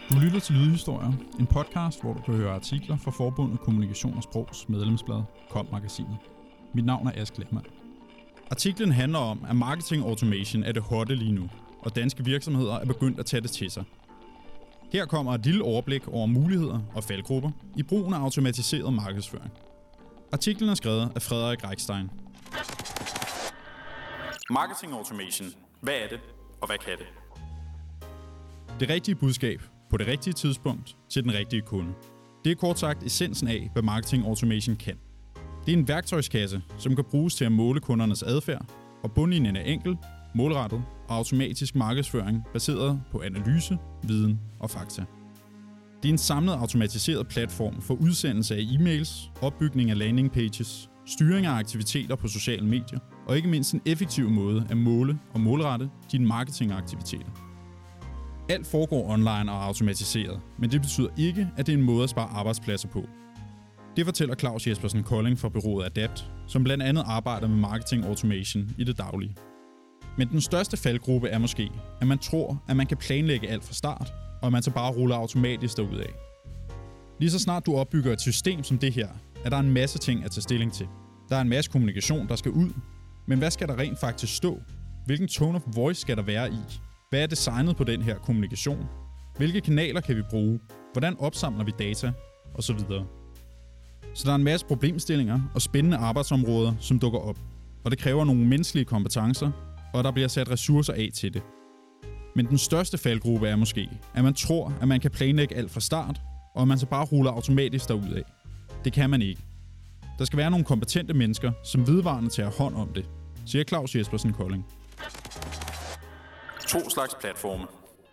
Du lytter til Lydhistorier, en podcast, hvor du kan høre artikler fra Forbundet Kommunikation og Sprogs medlemsblad KOM-magasinet. Mit navn er Ask Lermand. Artiklen handler om, at marketing automation er det hotte lige nu, og danske virksomheder er begyndt at tage det til sig. Her kommer et lille overblik over muligheder og faldgrupper i brugen af automatiseret markedsføring. Artiklen er skrevet af Frederik Reichstein. Marketing automation. Hvad er det, og hvad kan det? Det rigtige budskab på det rigtige tidspunkt til den rigtige kunde. Det er kort sagt essensen af, hvad marketing automation kan. Det er en værktøjskasse, som kan bruges til at måle kundernes adfærd, og bundlinjen er enkel, målrettet og automatisk markedsføring baseret på analyse, viden og fakta. Det er en samlet automatiseret platform for udsendelse af e-mails, opbygning af landing pages, styring af aktiviteter på sociale medier, og ikke mindst en effektiv måde at måle og målrette dine marketingaktiviteter. Alt foregår online og automatiseret, men det betyder ikke, at det er en måde at spare arbejdspladser på. Det fortæller Claus Jespersen Kolding fra bureauet Adapt, som blandt andet arbejder med marketing automation i det daglige. Men den største faldgruppe er måske, at man tror, at man kan planlægge alt fra start, og at man så bare ruller automatisk derudad. Lige så snart du opbygger et system som det her, er der en masse ting at tage stilling til. Der er en masse kommunikation, der skal ud, men hvad skal der rent faktisk stå? Hvilken tone of voice skal der være i? Hvad er designet på den her kommunikation? Hvilke kanaler kan vi bruge? Hvordan opsamler vi data? Og så videre. Så der er en masse problemstillinger og spændende arbejdsområder, som dukker op. Og det kræver nogle menneskelige kompetencer, og der bliver sat ressourcer af til det. Men den største faldgruppe er måske, at man tror, at man kan planlægge alt fra start, og at man så bare ruller automatisk derudad. Det kan man ikke. Der skal være nogle kompetente mennesker, som vedvarende tager hånd om det, siger Claus Jespersen Kolding. 2 slags platforme.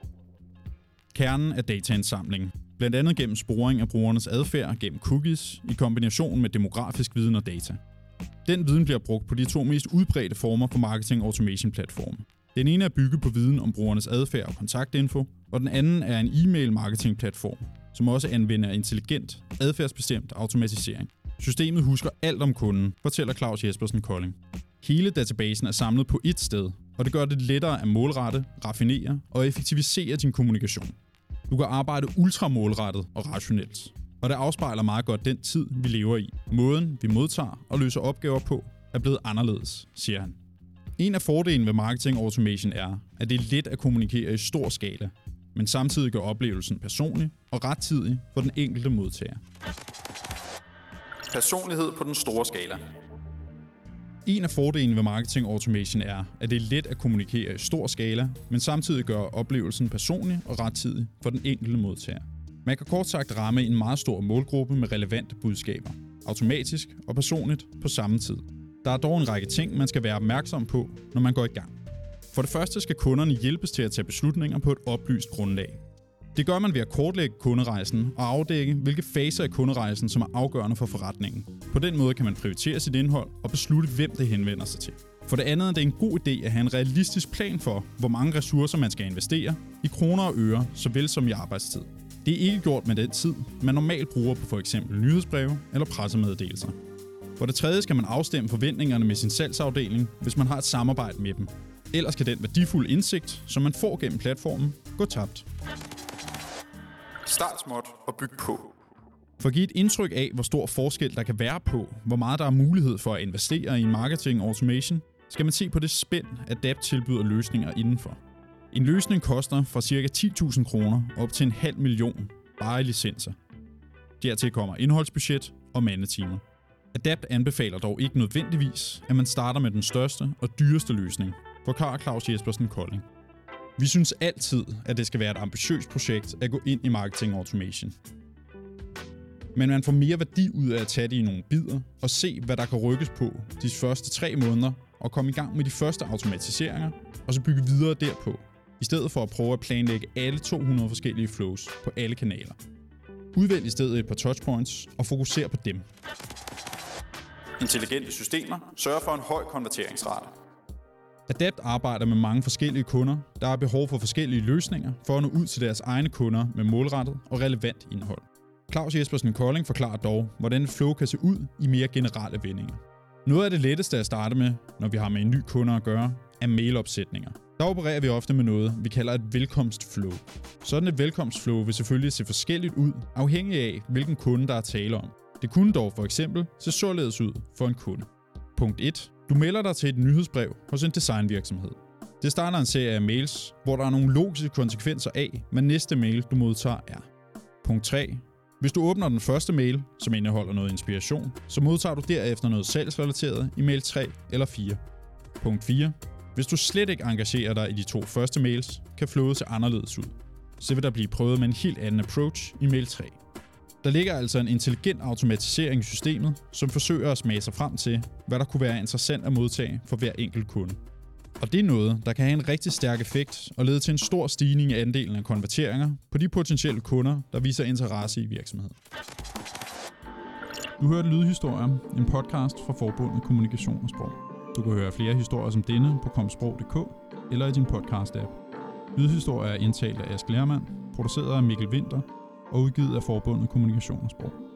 Kernen er dataindsamling, blandt andet gennem sporing af brugernes adfærd gennem cookies i kombination med demografisk viden og data. Den viden bliver brugt på de 2 mest udbredte former for marketing automation platforme. Den ene er bygget på viden om brugernes adfærd og kontaktinfo, og den anden er en e-mail marketing platform, som også anvender intelligent, adfærdsbestemt automatisering. Systemet husker alt om kunden, fortæller Claus Jespersen Kolding. Hele databasen er samlet på ét sted, og det gør det lettere at målrette, raffinere og effektivisere din kommunikation. Du kan arbejde ultramålrettet og rationelt, og det afspejler meget godt den tid, vi lever i. Måden, vi modtager og løser opgaver på, er blevet anderledes, siger han. En af fordelene ved marketing automation er, at det er let at kommunikere i stor skala, men samtidig gør oplevelsen personlig og rettidig for den enkelte modtager. Personlighed på den store skala. En af fordelene ved marketing automation er, at det er let at kommunikere i stor skala, men samtidig gør oplevelsen personlig og rettidig for den enkelte modtager. Man kan kort sagt ramme en meget stor målgruppe med relevante budskaber, automatisk og personligt på samme tid. Der er dog en række ting, man skal være opmærksom på, når man går i gang. For det første skal kunderne hjælpes til at tage beslutninger på et oplyst grundlag. Det gør man ved at kortlægge kunderejsen og afdække, hvilke faser af kunderejsen, som er afgørende for forretningen. På den måde kan man prioritere sit indhold og beslutte, hvem det henvender sig til. For det andet er det en god idé at have en realistisk plan for, hvor mange ressourcer man skal investere, i kroner og øre, såvel som i arbejdstid. Det er ikke gjort med den tid, man normalt bruger på f.eks. nyhedsbreve eller pressemeddelelser. For det tredje skal man afstemme forventningerne med sin salgsafdeling, hvis man har et samarbejde med dem. Ellers kan den værdifulde indsigt, som man får gennem platformen, gå tabt. Start småt og byg på. For at give et indtryk af, hvor stor forskel der kan være på, hvor meget der er mulighed for at investere i marketing automation, skal man se på det spænd, Adapt tilbyder løsninger indenfor. En løsning koster fra ca. 10.000 kroner op til 500.000 bare i licenser. Dertil kommer indholdsbudget og mandetimer. Adapt anbefaler dog ikke nødvendigvis, at man starter med den største og dyreste løsning, forklarer Claus Jespersen Kolding. Vi synes altid, at det skal være et ambitiøst projekt at gå ind i marketing automation. Men man får mere værdi ud af at tage det i nogle bidder og se, hvad der kan rykkes på de første 3 måneder og komme i gang med de første automatiseringer og så bygge videre derpå, i stedet for at prøve at planlægge alle 200 forskellige flows på alle kanaler. Udvælg i stedet et par touchpoints og fokuser på dem. Intelligente systemer sørger for en høj konverteringsrate. Adapt arbejder med mange forskellige kunder, der har behov for forskellige løsninger for at nå ud til deres egne kunder med målrettet og relevant indhold. Claus Jespersen Kolding forklarer dog, hvordan et flow kan se ud i mere generelle vendinger. Noget af det letteste at starte med, når vi har med en ny kunde at gøre, er mailopsætninger. der opererer vi ofte med noget, vi kalder et velkomstflow. Sådan et velkomstflow vil selvfølgelig se forskelligt ud, afhængig af, hvilken kunde der er tale om. Det kunne dog for eksempel se således ud for en kunde. Punkt 1. Du melder dig til et nyhedsbrev hos en designvirksomhed. Det starter en serie af mails, hvor der er nogle logiske konsekvenser af, hvad næste mail du modtager er. Punkt 3. Hvis du åbner den første mail, som indeholder noget inspiration, så modtager du derefter noget salgsrelateret i mail 3 eller 4. Punkt 4. Hvis du slet ikke engagerer dig i de 2 første mails, kan flowet se anderledes ud. Så vil der blive prøvet med en helt anden approach i mail 3. Der ligger altså en intelligent automatisering i systemet, som forsøger at smage sig frem til, hvad der kunne være interessant at modtage for hver enkelt kunde. Og det er noget, der kan have en rigtig stærk effekt og lede til en stor stigning i andelen af konverteringer på de potentielle kunder, der viser interesse i virksomheden. Du hørte Lydhistorier, en podcast fra Forbundet Kommunikation og Sprog. Du kan høre flere historier som denne på komsprog.dk eller i din podcast-app. Lydhistorier er indtalt af Ask Lermand, produceret af Mikkel Winther og udgivet af Forbundet Kommunikation og Sprog.